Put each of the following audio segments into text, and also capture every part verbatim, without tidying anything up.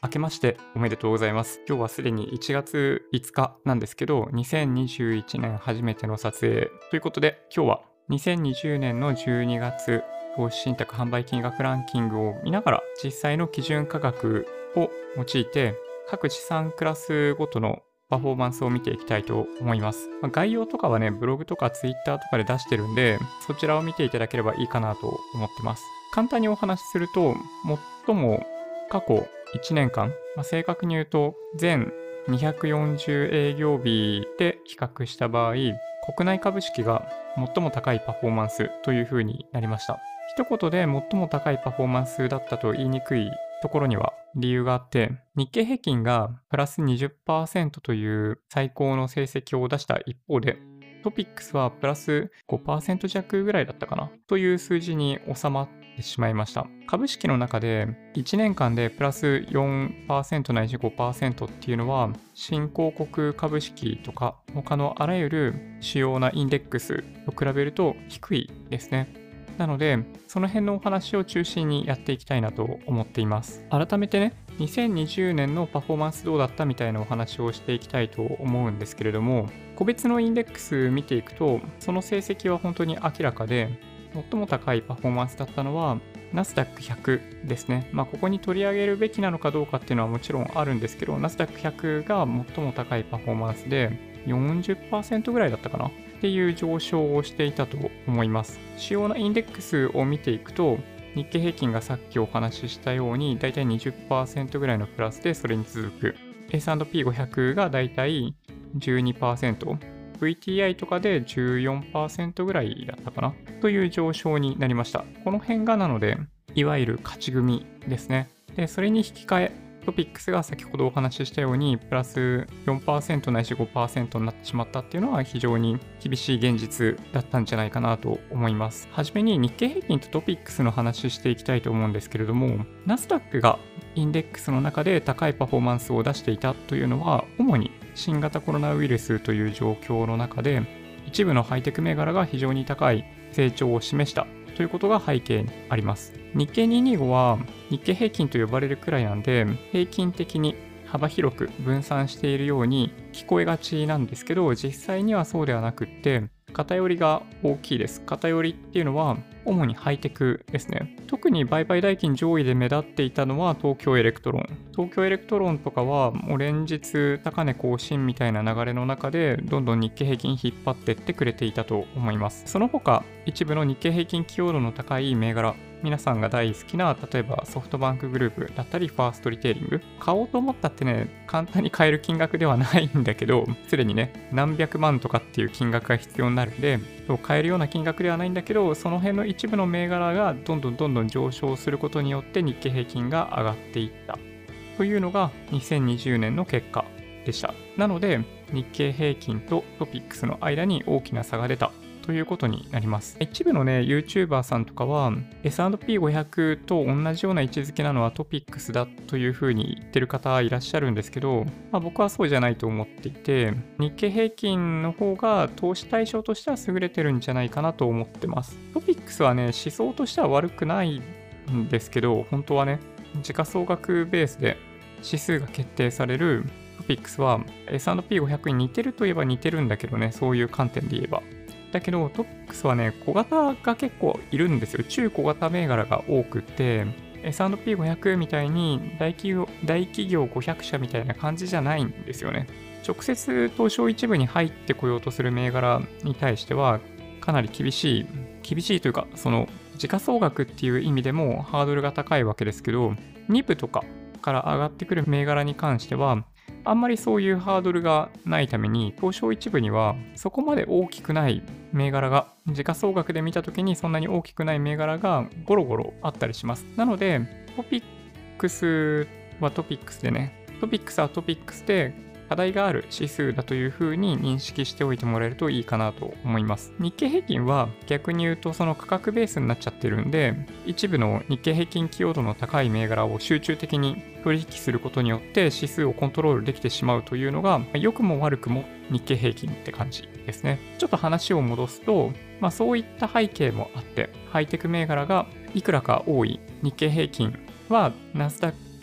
明けましておめでとうございます。今日はすでにいちがついつかなんですけど、にせんにじゅういちねん初めての撮影ということで、今日はにせんにじゅうねんのじゅうにがつ投資信託販売金額ランキングを見ながら、実際の基準価格を用いて、各資産クラスごとのパフォーマンスを見ていきたいと思います。まあ概要とかはね、ブログとかツイッターとかで出してるんで、そちらを見ていただければいいかなと思ってます。簡単にお話しすると、最も過去いちねんかん、まあ、正確に言うと全にひゃくよんじゅう営業日で比較した場合、国内株式が最も高いパフォーマンスというふうになりました。一言で最も高いパフォーマンスだったと言いにくいところには理由があって、日経平均がプラスにじゅっパーセントという最高の成績を出した一方で、トピックスはプラスごパーセント弱ぐらいだったかなという数字に収まってしまいました。株式の中でいちねんかんでプラスよんパーセントないしごパーセントっていうのは、新興国株式とか他のあらゆる主要なインデックスと比べると低いですね。なので、その辺のお話を中心にやっていきたいなと思っています。改めてね、にせんにじゅうねんのパフォーマンスどうだったみたいなお話をしていきたいと思うんですけれども、個別のインデックス見ていくと、その成績は本当に明らかで、最も高いパフォーマンスだったのは、ナスダックひゃく ですね。まあ、ここに取り上げるべきなのかどうかっていうのはもちろんあるんですけど、ナスダックひゃくが最も高いパフォーマンスで、よんじゅっパーセントぐらいだったかなっていう上昇をしていたと思います。主要なインデックスを見ていくと、日経平均がさっきお話ししたように、だいたいにじゅっパーセントぐらいのプラスでそれに続く。エスアンドピーごひゃく がだいたいじゅうにパーセント。ブイティーアイ とかで じゅうよんパーセント ぐらいだったかなという上昇になりました。この辺がなので、いわゆる勝ち組ですね。で、それに引き換え、トピックスが先ほどお話ししたように、プラスよんパーセントないしごパーセントになってしまったっていうのは非常に厳しい現実だったんじゃないかなと思います。はじめに日経平均とトピックスの話していきたいと思うんですけれども、ナスダックがインデックスの中で高いパフォーマンスを出していたというのは、主に新型コロナウイルスという状況の中で、一部のハイテク銘柄が非常に高い成長を示したということが背景にあります。日経にひゃくにじゅうごは日経平均と呼ばれるくらいなんで、平均的に幅広く分散しているように聞こえがちなんですけど、実際にはそうではなくって、偏りが大きいです。偏りっていうのは主にハイテクですね。特に売買代金上位で目立っていたのは東京エレクトロン。東京エレクトロンとかはもう連日高値更新みたいな流れの中でどんどん日経平均引っ張ってってくれていたと思います。その他一部の日経平均寄与度の高い銘柄、皆さんが大好きな、例えばソフトバンクグループだったり、ファーストリテイリング。買おうと思ったってね、簡単に買える金額ではないんだけど、すでにね、何百万とかっていう金額が必要になるんで、買えるような金額ではないんだけど、その辺の一部の銘柄がどんどんどんどん上昇することによって日経平均が上がっていったというのがにせんにじゅうねんの結果でした。なので、日経平均とトピックスの間に大きな差が出たということになります。一部のね、YouTuber さんとかは エスアンドピーごひゃく と同じような位置づけなのはトピックスだというふうに言ってる方いらっしゃるんですけど、まあ、僕はそうじゃないと思っていて、日経平均の方が投資対象としては優れてるんじゃないかなと思ってます。トピックスはね、思想としては悪くないんですけど、本当はね、時価総額ベースで指数が決定されるトピックスは エスアンドピーごひゃく に似てるといえば似てるんだけどね、そういう観点で言えば。だけど、トピックスはね、小型が結構いるんですよ。中小型銘柄が多くて、エスアンドピーごひゃく みたいに大企業、大企業ごひゃくしゃみたいな感じじゃないんですよね。直接東証一部に入ってこようとする銘柄に対しては、かなり厳しい、厳しいというか、その、時価総額っていう意味でもハードルが高いわけですけど、に部とかから上がってくる銘柄に関しては、あんまりそういうハードルがないために、東証一部にはそこまで大きくない銘柄が、時価総額で見たときにそんなに大きくない銘柄がゴロゴロあったりします。なので、トピックスはトピックスでね、トピックスはトピックスで課題がある指数だというふうに認識しておいてもらえるといいかなと思います。日経平均は逆に言うとその価格ベースになっちゃってるんで、一部の日経平均寄与度の高い銘柄を集中的に取引することによって指数をコントロールできてしまうというのが、良くも悪くも日経平均って感じですね。ちょっと話を戻すと、まあ、そういった背景もあって、ハイテク銘柄がいくらか多い日経平均はナスダッ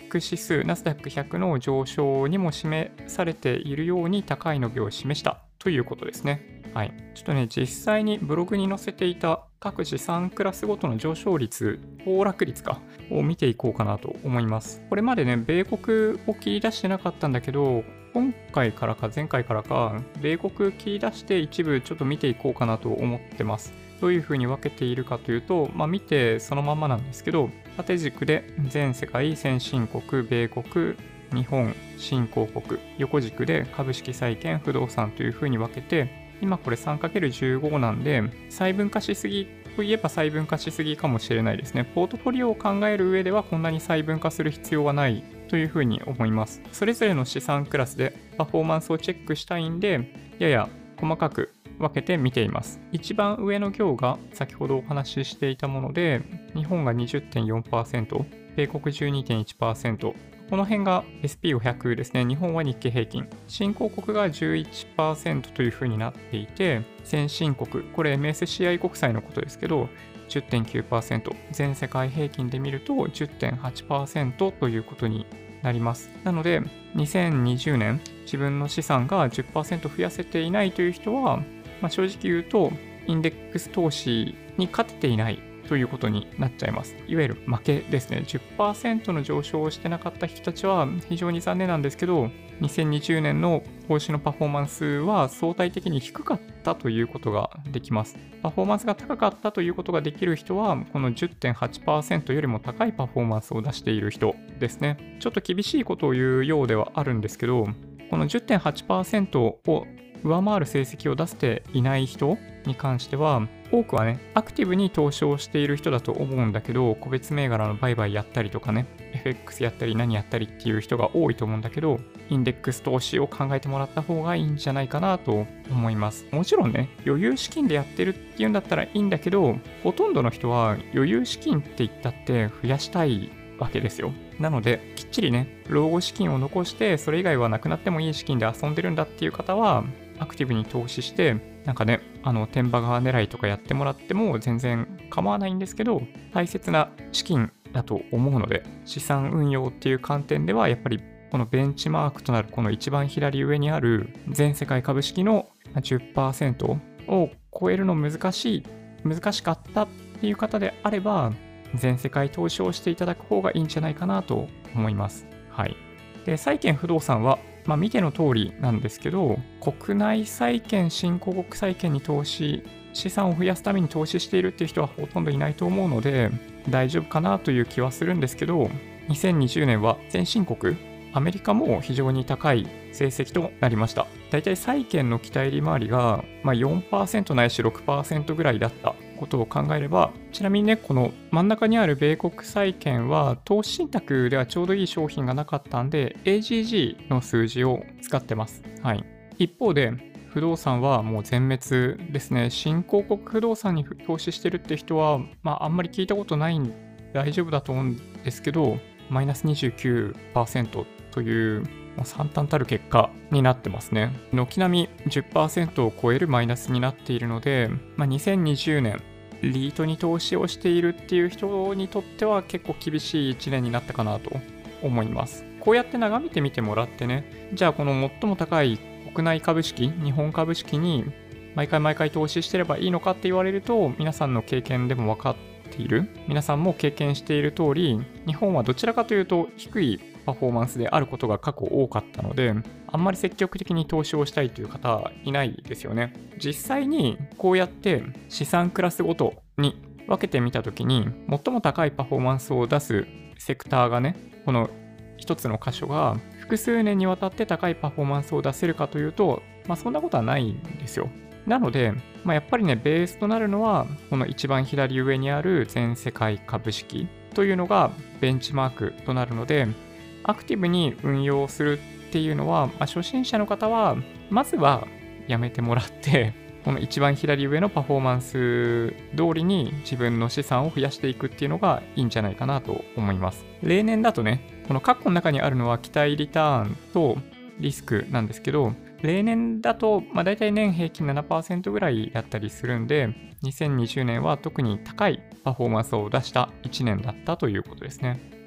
ク 指数、ナスダックひゃくの上昇にも示されているように高い伸びを示したということですね。はい。ちょっとね、実際にブログに載せていた各資産クラスごとの上昇率、暴落率か、を見ていこうかなと思います。これまでね、米国を切り出してなかったんだけど、今回からか前回からか、米国切り出して一部ちょっと見ていこうかなと思ってます。どういうふうに分けているかというと、まあ見てそのままなんですけど、縦軸で全世界、先進国、米国、日本、新興国、横軸で株式債券、不動産というふうに分けて、今これ さんかけるじゅうご なんで、細分化しすぎといえば細分化しすぎかもしれないですね。ポートフォリオを考える上ではこんなに細分化する必要はないというふうに思います。それぞれの資産クラスでパフォーマンスをチェックしたいんで、やや細かく分けて見ています。一番上の行が先ほどお話ししていたもので、日本が にじゅってんよんパーセント、米国 じゅうにてんいちパーセント、この辺が エスピーごひゃく ですね。日本は日経平均。新興国が じゅういちパーセント というふうになっていて、先進国、これ エムエスシーアイ 国債のことですけど、じゅってんきゅうパーセント、全世界平均で見ると じゅってんはちパーセント ということになります。なので、にせんにじゅうねん、自分の資産が じゅっパーセント 増やせていないという人は、まあ、正直言うと、インデックス投資に勝てていないということになっちゃいます。いわゆる負けですね。じゅっパーセント の上昇をしてなかった人たちは非常に残念なんですけど、にせんにじゅうねんの投資のパフォーマンスは相対的に低かったということができます。パフォーマンスが高かったということができる人は、この じゅってんはちパーセント よりも高いパフォーマンスを出している人ですね。ちょっと厳しいことを言うようではあるんですけど、この じゅってんはちパーセント を上回る成績を出せていない人に関しては、多くはね、アクティブに投資をしている人だと思うんだけど、個別銘柄の売買やったりとかね、エフエックス やったり何やったりっていう人が多いと思うんだけど、インデックス投資を考えてもらった方がいいんじゃないかなと思います。もちろんね、余裕資金でやってるっていうんだったらいいんだけど、ほとんどの人は余裕資金って言ったって増やしたいわけですよ。なので、きっちりね、老後資金を残して、それ以外はなくなってもいい資金で遊んでるんだっていう方は、アクティブに投資して、なんかね、あの、天馬川狙いとかやってもらっても全然構わないんですけど、大切な資金だと思うので、資産運用っていう観点では、やっぱりこのベンチマークとなるこの一番左上にある全世界株式の じゅっパーセント を超えるの難しい、難しかったっていう方であれば、全世界投資をしていただく方がいいんじゃないかなと思います。はい。で、債券不動産は、まあ、見ての通りなんですけど、国内債券、新興国債券に投資、資産を増やすために投資しているっていう人はほとんどいないと思うので、大丈夫かなという気はするんですけど、にせんにじゅうねんは先進国、アメリカも非常に高い成績となりました。だいたい債券の期待利回りが、まあ、よんパーセントないし ろくパーセント ぐらいだったことを考えれば、ちなみにね、この真ん中にある米国債券は投資信託ではちょうどいい商品がなかったんで エージージー の数字を使ってます。はい。一方で不動産はもう全滅ですね。新興国不動産に投資してるって人は、まああんまり聞いたことないんで大丈夫だと思うんですけど、マイナス にじゅうきゅうパーセント という惨憺たる結果になってますね。軒並み じゅっパーセント を超えるマイナスになっているので、まあ、にせんにじゅうねん、リートに投資をしているっていう人にとっては結構厳しいいちねんになったかなと思います。こうやって眺めてみてもらってね、じゃあこの最も高い国内株式、日本株式に毎回毎回投資してればいいのかって言われると、皆さんの経験でも分かっている、皆さんも経験している通り、日本はどちらかというと低いパフォーマンスであることが過去多かったので、あんまり積極的に投資をしたいという方はいないですよね。実際にこうやって資産クラスごとに分けてみたときに、最も高いパフォーマンスを出すセクターがね、この一つの箇所が複数年にわたって高いパフォーマンスを出せるかというと、まあそんなことはないんですよ。なので、まあ、やっぱりね、ベースとなるのは、この一番左上にある全世界株式というのがベンチマークとなるので、アクティブに運用するっていうのは、まあ、初心者の方は、まずはやめてもらって、この一番左上のパフォーマンス通りに自分の資産を増やしていくっていうのがいいんじゃないかなと思います。例年だとね、この括弧の中にあるのは期待リターンとリスクなんですけど、例年だと、まあ、大体年平均 ななパーセント ぐらいだったりするんで、にせんにじゅうねんは特に高いパフォーマンスを出したいちねんだったということですね。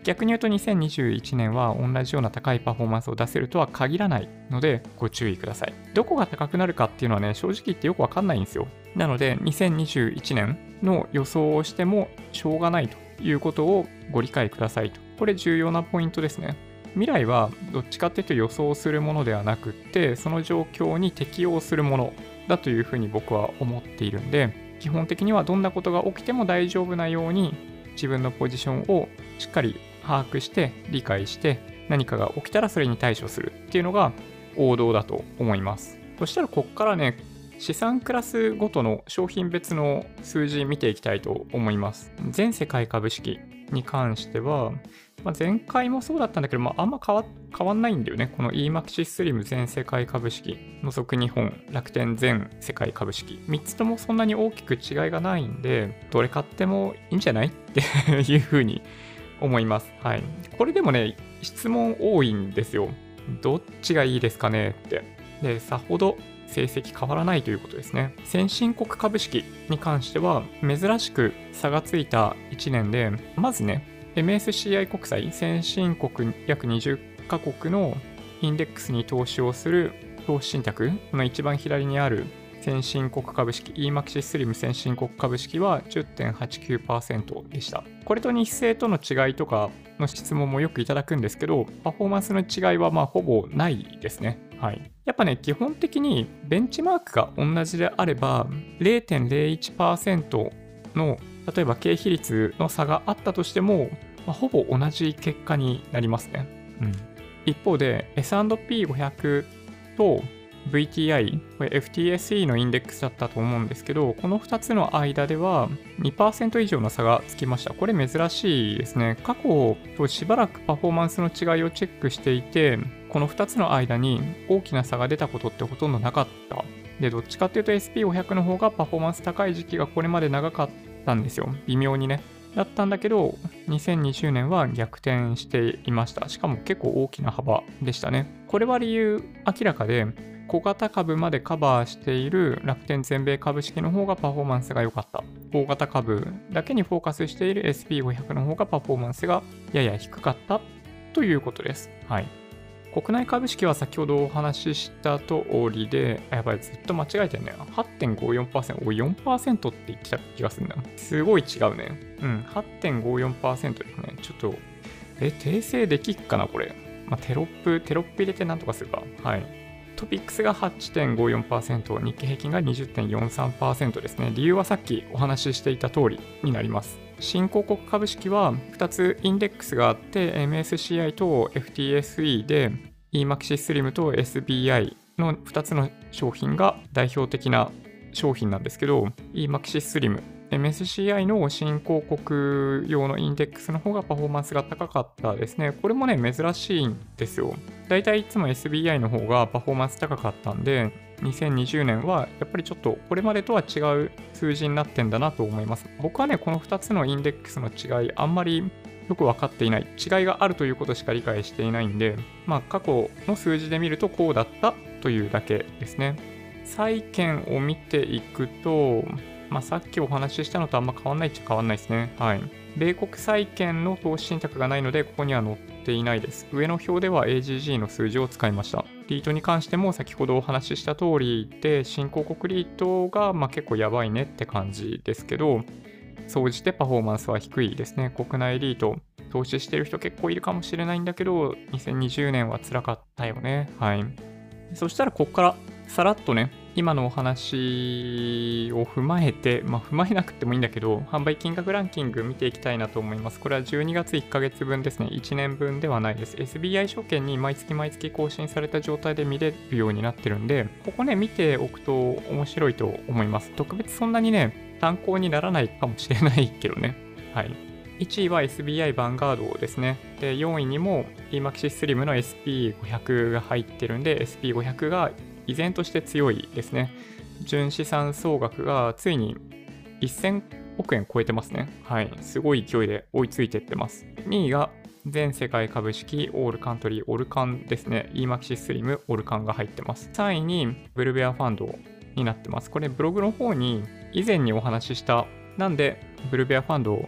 逆に言うとにせんにじゅういちねんは同じような高いパフォーマンスを出せるとは限らないのでご注意ください。どこが高くなるかっていうのはね、正直言ってよくわかんないんですよ。なのでにせんにじゅういちねんの予想をしてもしょうがないということをご理解くださいと。これ重要なポイントですね。未来はどっちかっていうと予想するものではなくって、その状況に適応するものだというふうに僕は思っているんで、基本的にはどんなことが起きても大丈夫なように自分のポジションをしっかり把握して理解して、何かが起きたらそれに対処するっていうのが王道だと思います。そしたらこっからね、資産クラスごとの商品別の数字見ていきたいと思います。全世界株式に関しては、まあ、前回もそうだったんだけど、まあ、あんま変わ変わんないんだよね。この イーマキシス Slim 全世界株式、除く日本、楽天全世界株式、みっつともそんなに大きく違いがないんで、どれ買ってもいいんじゃないっていうふうに思います。はい。これでもね、質問多いんですよ。どっちがいいですかねって。で、さほど成績変わらないということですね。先進国株式に関しては、珍しく差がついたいちねんで、まずね、エムエスシーアイ 国債、先進国約にじゅっカ国のインデックスに投資をする投資信託、この一番左にある先進国株式、イーマキシス Slim 先進国株式は じゅってんはちきゅうパーセント でした。これと日清との違いとかの質問もよくいただくんですけど、パフォーマンスの違いはまあほぼないですね。はい。やっぱね、基本的にベンチマークが同じであれば、れいてんれいいちパーセント の例えば経費率の差があったとしても、まあ、ほぼ同じ結果になりますね。うん、一方で エスアンドピーごひゃく と ブイティーアイ、これ エフティーエスイー のインデックスだったと思うんですけど、このふたつの間では にパーセント 以上の差がつきました。これ珍しいですね。過去としばらくパフォーマンスの違いをチェックしていて、このふたつの間に大きな差が出たことってほとんどなかった。で、どっちかっていうと エスピーごひゃく の方がパフォーマンス高い時期がこれまで長かったんですよ。微妙にね。だったんだけど、にせんにじゅうねんは逆転していました。しかも結構大きな幅でしたね。これは理由明らかで、小型株までカバーしている楽天全米株式の方がパフォーマンスが良かった。大型株だけにフォーカスしている エスピーごひゃく の方がパフォーマンスがやや低かったということです。はい。国内株式は先ほどお話しした通りで、やばい、ずっと間違えてるね。はちてんごよんパーセント。おい、よんパーセントって言ってた気がするんだ。すごい違うね。うん、はちてんごよんパーセント ですね。ちょっと、え、訂正できっかな、これ。まあ、テロップ、テロップ入れてなんとかするか。はい。トピックスが はちてんごよんパーセント、日経平均が にじゅってんよんさんパーセント ですね。理由はさっきお話ししていた通りになります。新興国株式はふたつインデックスがあって エムエスシーアイ と エフティーエスイー で イーマキシス Slim と エスビーアイ のふたつの商品が代表的な商品なんですけど、 イーマキシス Slim、 エムエスシーアイ の新興国用のインデックスの方がパフォーマンスが高かったですね。これもね、珍しいんですよ。だいたいいつも エスビーアイ の方がパフォーマンス高かったんで、にせんにじゅうねんはやっぱりちょっとこれまでとは違う数字になってんだなと思います。僕はね、このふたつのインデックスの違いあんまりよく分かっていない。違いがあるということしか理解していないんで、まあ過去の数字で見るとこうだったというだけですね。債券を見ていくと、まあさっきお話ししたのとあんま変わんないっちゃ変わんないですね。はい。米国債券の投資信託がないので、ここには載っていないです。上の表では エージージー の数字を使いました。リートに関しても先ほどお話しした通りで、新興国リートがまあ結構やばいねって感じですけど、総じてパフォーマンスは低いですね。国内リート、投資してる人結構いるかもしれないんだけど、にせんにじゅうねんは辛かったよね。はい。そしたらここからさらっとね、今のお話を踏まえて、まあ踏まえなくてもいいんだけど、販売金額ランキング見ていきたいなと思います。これはじゅうにがついっかげつぶんですね。いちねんぶんではないです。エスビーアイ 証券に毎月毎月更新された状態で見れるようになってるんで、ここね、見ておくと面白いと思います。特別そんなにね、参考にならないかもしれないけどね。はい。いちいは エスビーアイ ヴァンガードですね。で、よんいにも イーマキシス Slim の エスピーごひゃく が入ってるんで、エスピーごひゃく が依然として強いですね。純資産総額がついにせんおくえん超えてますね。はい。すごい勢いで追いついてってます。にいが全世界株式オールカントリーオルカンですね。イーマキシス Slim オルカンが入ってます。さんいにブルベアファンドになってます。これブログの方に以前にお話しした、なんでブルベアファンドを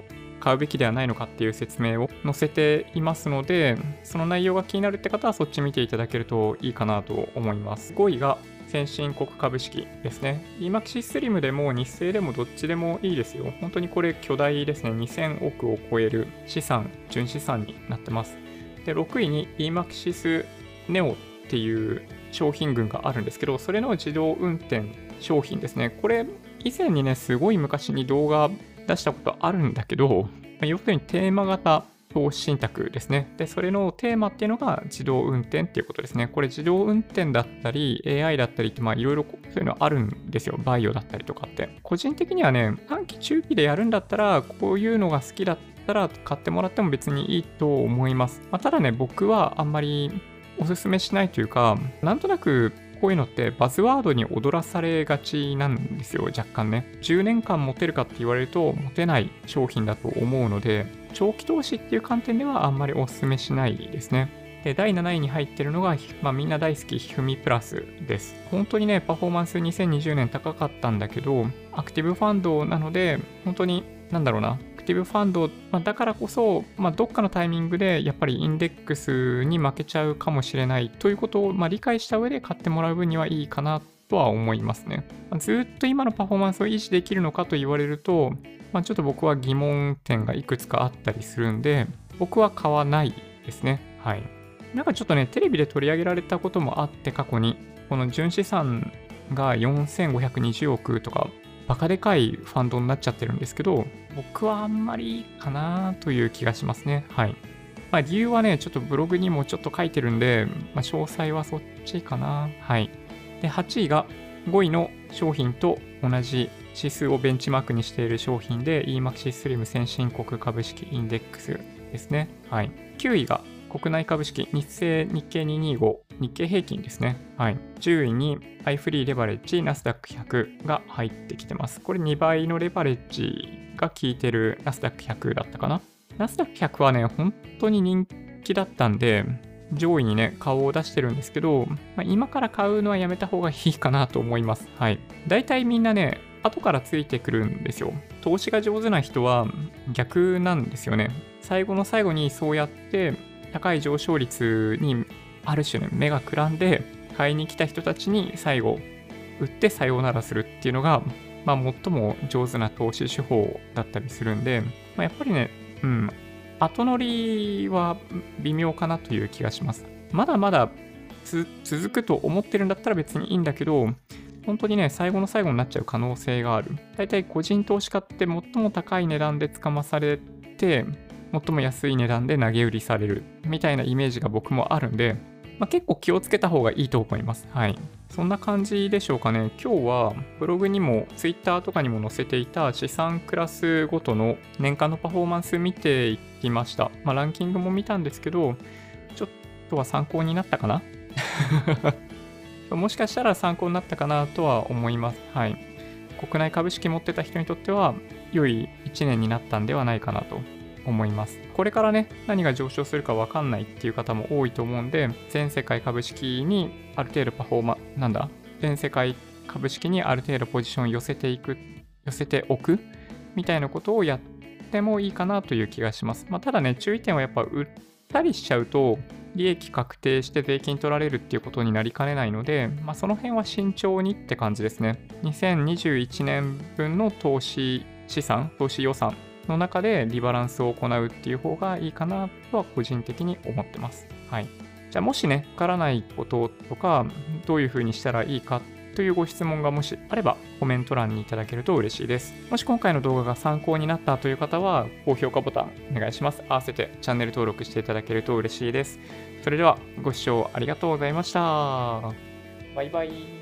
買うべきではないのかっていう説明を載せていますので、その内容が気になるって方はそっち見ていただけるといいかなと思います。ごいが先進国株式ですね。イーマキシスリムでも日清でもどっちでもいいですよ。本当にこれ巨大ですね。にせんおくを超える資産、純資産になってます。で、ろくいに イーマキシスネオっていう商品群があるんですけど、それの自動運転商品ですね。これ以前にね、すごい昔に動画出したことあるんだけど、要するにテーマ型投資信託ですね。で、それのテーマっていうのが自動運転っていうことですね。これ自動運転だったり、エーアイ だったりって、まあいろいろそういうのあるんですよ。バイオだったりとかって。個人的にはね、短期中期でやるんだったら、こういうのが好きだったら買ってもらっても別にいいと思います。まあ、ただね、僕はあんまりおすすめしないというか、なんとなくこういうのってバズワードに踊らされがちなんですよ、若干ね。じゅうねんかん持てるかって言われると、持てない商品だと思うので、長期投資っていう観点ではあんまりおすすめしないですね。で、だいなないに入ってるのが、まあ、みんな大好き、ひふみプラスです。本当にね、パフォーマンスにせんにじゅうねん高かったんだけど、アクティブファンドなので、本当に、なんだろうな、アクティブファンド、まあ、だからこそ、まあ、どっかのタイミングでやっぱりインデックスに負けちゃうかもしれないということを、まあ、理解した上で買ってもらう分にはいいかなとは思いますね。まあ、ずっと今のパフォーマンスを維持できるのかと言われると、まあ、ちょっと僕は疑問点がいくつかあったりするんで、僕は買わないですね。はい。なんかちょっとね、テレビで取り上げられたこともあって、過去に、この純資産がよんせんごひゃくにじゅうおくとか、バカでかいファンドになっちゃってるんですけど、僕はあんまりいいかなという気がしますね。はい。まあ理由はね、ちょっとブログにもちょっと書いてるんで、まあ詳細はそっちかな。はい。で、はちいがごいの商品と同じ指数をベンチマークにしている商品で、イーマキシスリム先進国株式インデックスですね。はい。きゅういが国内株式、日清、日経にひゃくにじゅうご、日経平均ですね。はい。じゅういに、アイフリーレバレッジ、ナスダックひゃくが入ってきてます。これにばいのレバレッジが効いてるナスダックひゃくだったかな。ナスダックひゃくはね、本当に人気だったんで、上位にね、顔を出してるんですけど、まあ、今から買うのはやめた方がいいかなと思います。はい。大体みんなね、後からついてくるんですよ。投資が上手な人は逆なんですよね。最後の最後にそうやって、高い上昇率にある種ね、目がくらんで買いに来た人たちに最後売ってさようならするっていうのが、まあ、最も上手な投資手法だったりするんで、まあ、やっぱりね、うん、後乗りは微妙かなという気がします。まだまだ続くと思ってるんだったら別にいいんだけど、本当にね、最後の最後になっちゃう可能性がある。だいたい個人投資家って最も高い値段でつかまされて、最も安い値段で投げ売りされるみたいなイメージが僕もあるんで、まあ、結構気をつけた方がいいと思います。はい。そんな感じでしょうかね。今日はブログにも Twitter とかにも載せていた資産クラスごとの年間のパフォーマンス見ていきました。まあ、ランキングも見たんですけど、ちょっとは参考になったかなもしかしたら参考になったかなとは思います。はい。国内株式持ってた人にとっては良いいちねんになったんではないかなと思います。これからね、何が上昇するか分かんないっていう方も多いと思うんで、全世界株式にある程度パフォーマン、なんだ、全世界株式にある程度ポジションを寄せていく、寄せておくみたいなことをやってもいいかなという気がします。まあ、ただね、注意点はやっぱ売ったりしちゃうと、利益確定して税金取られるっていうことになりかねないので、まあ、その辺は慎重にって感じですね。にせんにじゅういちねんぶんの投資資産、投資予算の中でリバランスを行うっていう方がいいかなとは個人的に思ってます。はい。じゃあもしね、わからないこととか、どういうふうにしたらいいかというご質問がもしあればコメント欄にいただけると嬉しいです。もし今回の動画が参考になったという方は高評価ボタンお願いします。合わせてチャンネル登録していただけると嬉しいです。それではご視聴ありがとうございました。バイバイ。